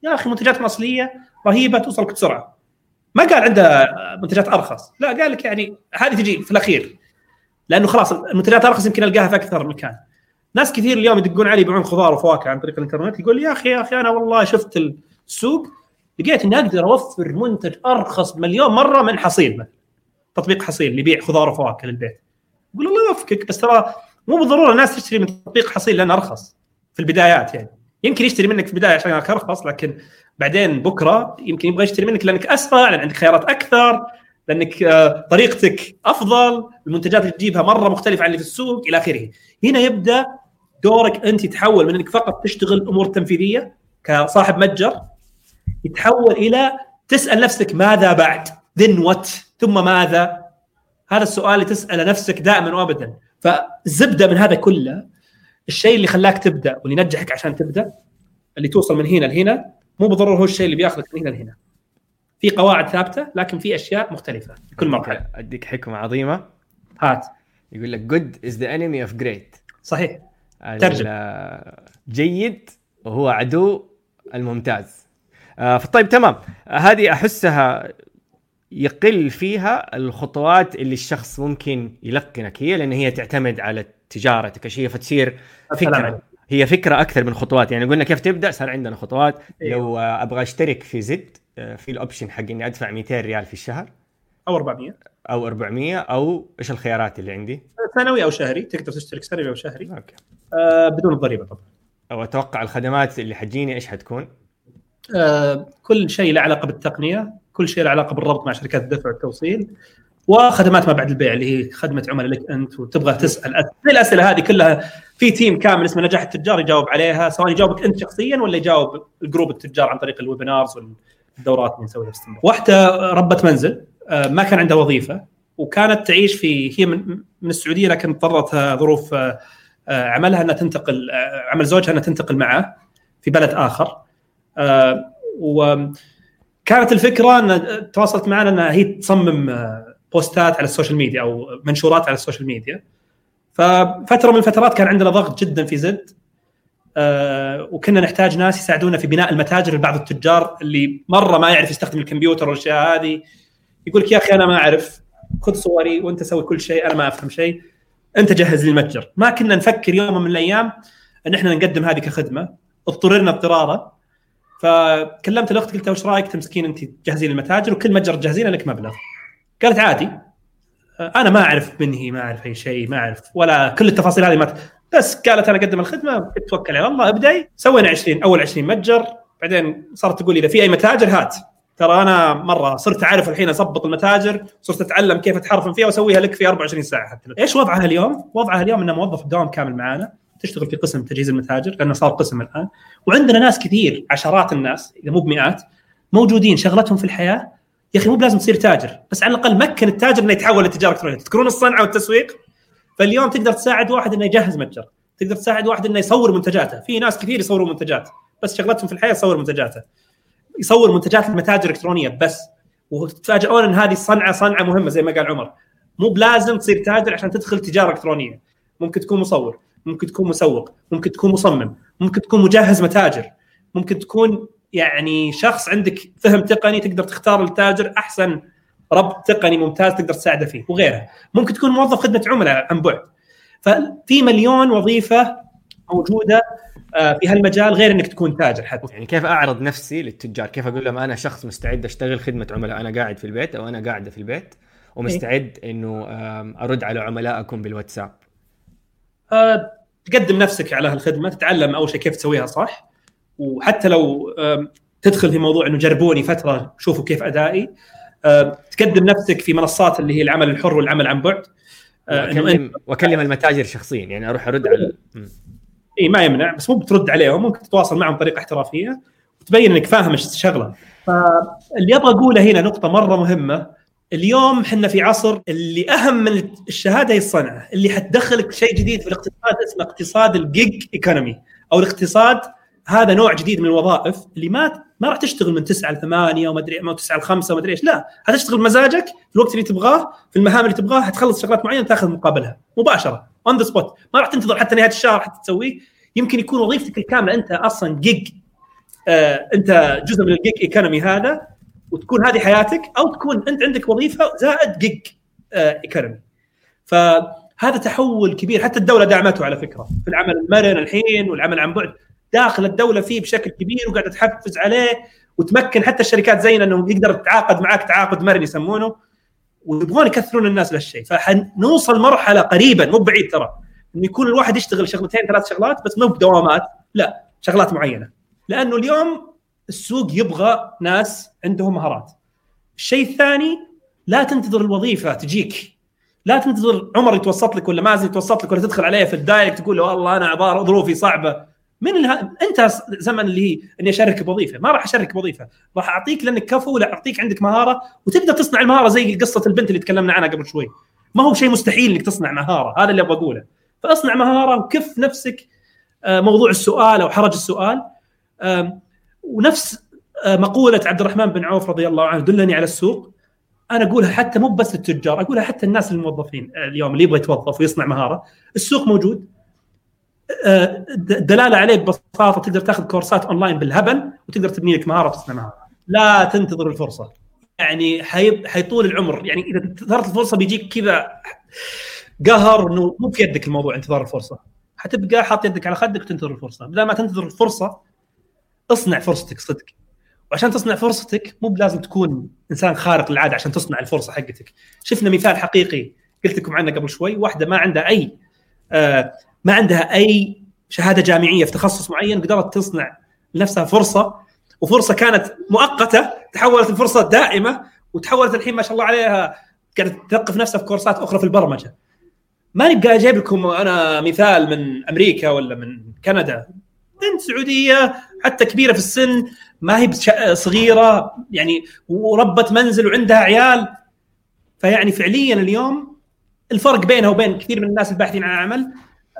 يا اخي منتجاتنا اصليه رهيبه توصلك بسرعه. ما قال عنده منتجات ارخص، لا قال لك يعني هذه تجي في الاخير، لانه خلاص المنتجات ارخص يمكن القاها في اكثر مكان. ناس كثير اليوم يدقون علي يبيعون خضار وفواكه عن طريق الانترنت، يقول لي يا اخي انا والله شفت السوق لقيت اني اقدر اوفر منتج ارخص مليون مره من حصيل، تطبيق حصيل اللي يبيع خضار وفواكه للبيت. يقول الله يوفقك، بس ترى مو بالضروره الناس تشتري من تطبيق حصيل لانه ارخص في البدايات. يعني يمكن يشتري منك في البدايه عشان ارخص، لكن بعدين بكره يمكن يبغى يشتري منك لانك اسرع، لان عندك خيارات اكثر، لانك طريقتك افضل، المنتجات اللي تجيبها مره مختلفه عن اللي في السوق الى اخره. هنا يبدا دورك انت يتحول من انك فقط تشتغل امور تنفيذيه كصاحب متجر، يتحول الى تسال نفسك ماذا بعد، then what، ثم ماذا. هذا السؤال اللي تساله نفسك دائما وابدا. فالزبده من هذا كله، الشيء اللي خلاك تبدا واللي ينجحك عشان تبدا، اللي توصل من هنا لهنا، مو بالضروره هو الشيء اللي بياخذك من هنا لهنا. في قواعد ثابته لكن في اشياء مختلفه في كل مرحله. اديك حكمه عظيمه، هات. يقول لك good is the enemy of great. صحيح. ترجم. جيد وهو عدو الممتاز. طيب تمام، هذه احسها يقل فيها الخطوات اللي الشخص ممكن يلقنك هي، لان هي تعتمد على تجارتك الشيء، فتصير فكره، هي فكره اكثر من خطوات. يعني قلنا كيف تبدا، صار عندنا خطوات. لو ابغى اشترك في زد، في الاوبشن حق اني ادفع 200 ريال في الشهر او 400 او ايش الخيارات اللي عندي؟ سنوي او شهري، تقدر تشترك سنوي او شهري. اوكي. بدون الضريبه طبعا. او اتوقع الخدمات اللي حتجيني ايش حتكون؟ كل شيء له علاقه بالتقنيه، كل شيء له علاقه بالربط مع شركات الدفع والتوصيل، وخدمات ما بعد البيع اللي هي خدمه عملاء لك انت، وتبغى تسال الاسئله هذه كلها في تيم كامل اسمه نجاح التجار يجاوب عليها، سواء يجاوبك انت شخصيا ولا يجاوب الجروب التجار عن طريق الويبينارز والدورات اللي نسويها باستمرار. واحده ربة منزل ما كان عندها وظيفه، وكانت تعيش هي من السعوديه، لكن اضطرت ظروف عملها انها تنتقل، عمل زوجها انها تنتقل معه في بلد اخر. وكانت الفكره ان تواصلت معنا انها هي تصمم بوستات على السوشيال ميديا او منشورات على السوشيال ميديا. ففتره من الفترات كان عندنا ضغط جدا في زد، وكنا نحتاج ناس يساعدونا في بناء المتاجر لبعض التجار اللي مره ما يعرف يستخدم الكمبيوتر والاشياء هذه. يقول لك يا اخي انا ما اعرف، خذ صوري وانت سوي كل شيء، انا ما افهم شيء، انت جهز لي المتجر. ما كنا نفكر يوم من الايام ان احنا نقدم هذه كخدمه، اضطررنا اضطرارا. فكلمت الاخت قلت وش رايك تمسكين انت تجهزين المتاجر وكل متجر تجهزين لك مبلغ؟ قالت عادي، انا ما اعرف منهي، ما اعرف اي شيء، ما اعرف ولا كل التفاصيل هذه بس قالت انا اقدم الخدمه، توكل على الله ابداي. سوينا اول 20 متجر، بعدين صارت تقول لي اذا في اي متاجر هات، ترى انا مره صرت اعرف الحين اضبط المتاجر، صرت اتعلم كيف اتحرفن فيها واسويها لك في 24 ساعه حتى. ايش وضعها اليوم؟ وضعها اليوم انها موظف دوام كامل معانا، تشتغل في قسم تجهيز المتاجر لانه صار قسم الان، وعندنا ناس كثير، عشرات الناس اذا مو بمئات موجودين شغلتهم في الحياه. يا اخي مو بلازم تصير تاجر، بس على الاقل مكن التاجر انه يتحول لتجاره الكترونيه، تذكرون الصنعه والتسويق. فاليوم تقدر تساعد واحد انه يجهز متجر، تقدر تساعد واحد انه يصور منتجاته. في ناس كثير يصوروا منتجات، بس شغلتهم في الحياه يصور منتجاته، يصور منتجات المتاجر الالكترونيه بس، وتتفاجئون ان هذه صنعه مهمه زي ما قال عمر. مو بلازم تصير تاجر عشان تدخل تجاره الكترونيه، ممكن تكون مصور، ممكن تكون مسوق، ممكن تكون مصمم، ممكن تكون مجهز متاجر، ممكن تكون يعني شخص عندك فهم تقني تقدر تختار للتاجر احسن ربط تقني ممتاز تقدر تساعده فيه وغيرها. ممكن تكون موظف خدمه عملاء عن بعد. ففي مليون وظيفه موجوده في هالمجال غير انك تكون تاجر حتى. يعني كيف اعرض نفسي للتجار؟ كيف اقول لهم انا شخص مستعد اشتغل خدمه عملاء، انا قاعد في البيت او انا قاعده في البيت ومستعد انه ارد على عملائكم بالواتساب؟ تقدم نفسك على هالخدمه، تتعلم اول شيء كيف تسويها صح، وحتى لو تدخل في موضوع انه جربوني فتره شوفوا كيف ادائي. تقدم نفسك في منصات اللي هي العمل الحر والعمل عن بعد. واكلم المتاجر شخصيا، يعني اروح ارد على اي ما يمنع، بس مو بترد عليهم، ممكن تتواصل معهم بطريقه احترافيه وتبين انك فاهم الشغله. فاللي ابغى اقوله هنا نقطه مره مهمه. اليوم احنا في عصر اللي اهم من الشهاده هي الصنعه، اللي حتدخلك شيء جديد في الاقتصاد اسمه اقتصاد الجيج ايكونومي، او الاقتصاد هذا نوع جديد من الوظائف اللي ما راح تشتغل من 9 ل 8 وما ادري ما 9 ل 5 وما ادري ايش، لا هتشتغل بمزاجك في الوقت اللي تبغاه في المهام اللي تبغاها، هتخلص شغلات معينه تاخذ مقابلها مباشره اون ذا سبوت، ما راح تنتظر حتى نهايه الشهر حتى تسويه. يمكن يكون وظيفتك الكامله انت اصلا جيج انت جزء من الجيج ايكونومي هذا وتكون هذه حياتك، او تكون انت عندك وظيفه زائد جيج ايكونومي. فهذا تحول كبير، حتى الدوله دعمته على فكره في العمل المرن الحين والعمل عن بعد، داخل الدوله فيه بشكل كبير وقاعده تحفز عليه وتمكن حتى الشركات زينا انه يقدر يتعاقد معك تعاقد مرن يسمونه، ويبغون يكثرون الناس لهالشيء. فحنوصل مرحله قريبا مو بعيد ترى انه يكون الواحد يشتغل شغلتين ثلاث شغلات بس مو بدوامات، لا شغلات معينه، لانه اليوم السوق يبغى ناس عندهم مهارات. الشيء الثاني لا تنتظر الوظيفه تجيك، لا تنتظر عمر يتوسط لك ولا مازن يتوسط لك ولا تدخل عليه في الدايركت تقول له والله انا عباره ظروفي صعبه. من انت زمن اللي هي اني اشارك بوظيفه، ما راح اشارك بوظيفه، راح اعطيك لانك كفو، ولا اعطيك عندك مهاره وتقدر تصنع المهاره زي قصه البنت اللي تكلمنا عنها قبل شوي. ما هو شيء مستحيل انك تصنع مهاره، هذا اللي ابغى اقوله. فاصنع مهاره وكف نفسك موضوع السؤال او حرج السؤال. ونفس مقوله عبد الرحمن بن عوف رضي الله عنه، دلني على السوق. انا اقولها حتى مو بس للتجار، اقولها حتى الناس الموظفين اليوم اللي يبغى يتوظف ويصنع مهاره. السوق موجود، الدلاله عليه ببساطه تقدر تاخذ كورسات اونلاين بالهبل وتقدر تبني لك مهاره وتصنع مهاره. لا تنتظر الفرصه، يعني حيطول العمر. يعني اذا انتظرت الفرصه بيجيك كذا قهر، انه مو في يدك الموضوع انتظار الفرصه، حتبقى حاط يدك على خدك وتنتظر الفرصه. بدل ما تنتظر الفرصه اصنع فرصتك صدق. وعشان تصنع فرصتك مو بلازم تكون انسان خارق العاده عشان تصنع الفرصه حقتك. شفنا مثال حقيقي قلت لكم عنه قبل شوي، واحده ما عندها اي شهاده جامعيه في تخصص معين، قدرت تصنع لنفسها فرصه، وفرصه كانت مؤقته تحولت الفرصه دائمه، وتحولت الحين ما شاء الله عليها قاعده تثقف نفسها في كورسات اخرى في البرمجه. ما نبقى جايب لكم انا مثال من امريكا ولا من كندا، بنت سعوديه حتى كبيره في السن، ما هي صغيره يعني، وربت منزل وعندها عيال. فيعني فعليا اليوم الفرق بينها وبين كثير من الناس الباحثين عن عمل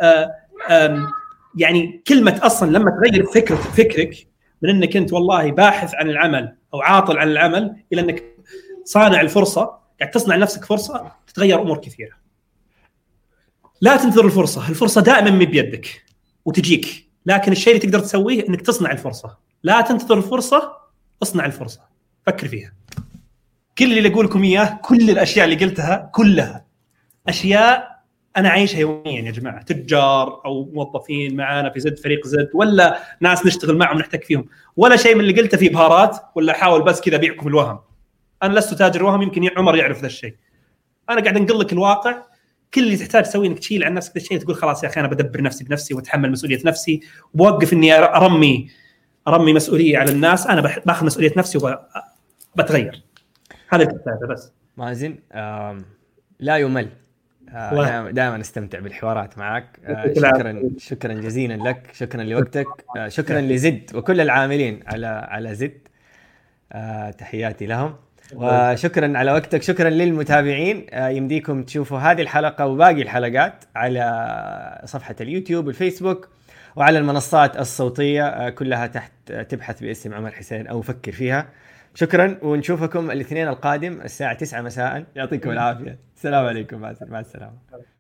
يعني كلمه اصلا لما تغير فكرك من انك انت والله باحث عن العمل او عاطل عن العمل الى انك صانع الفرصه، قاعد تصنع لنفسك فرصه، تتغير امور كثيره. لا تنتظر الفرصه دائما من بيدك وتجيك، لكن الشيء اللي تقدر تسويه انك تصنع الفرصه. لا تنتظر الفرصه، اصنع الفرصه، فكر فيها. كل اللي اقول لكم اياه، كل الاشياء اللي قلتها كلها اشياء انا عايشها يوميا يا جماعه، تجار او موظفين معانا في زد فريق زد ولا ناس نشتغل معهم نحتك فيهم، ولا شيء من اللي قلته فيه بهارات ولا احاول بس كذا ابيعكم الوهم. انا لست تاجر وهم، يمكن عمر يعرف ذا الشيء. انا قاعد انقل لك الواقع. كل اللي تحتاج تسويه انك تشيل عن نفسك ذا الشيء، تقول خلاص يا اخي انا بدبر نفسي بنفسي واتحمل مسؤوليه نفسي، وبوقف اني ارمي مسؤوليه على الناس. انا باخذ مسؤوليه نفسي وبتغير. هذا الكتابه بس. مازن لا يمل، دائما استمتع بالحوارات معك. شكرا جزيلا لك، شكرا لوقتك، شكرا لزد وكل العاملين على زد، تحياتي لهم، وشكرا على وقتك. شكرا للمتابعين. يمديكم تشوفوا هذه الحلقة وباقي الحلقات على صفحة اليوتيوب والفيسبوك وعلى المنصات الصوتية كلها تحت، تبحث باسم عمر حسين أو فكر فيها. شكرا، ونشوفكم الاثنين القادم الساعة 9 مساء. يعطيكم العافية. السلام عليكم. مع السلامة.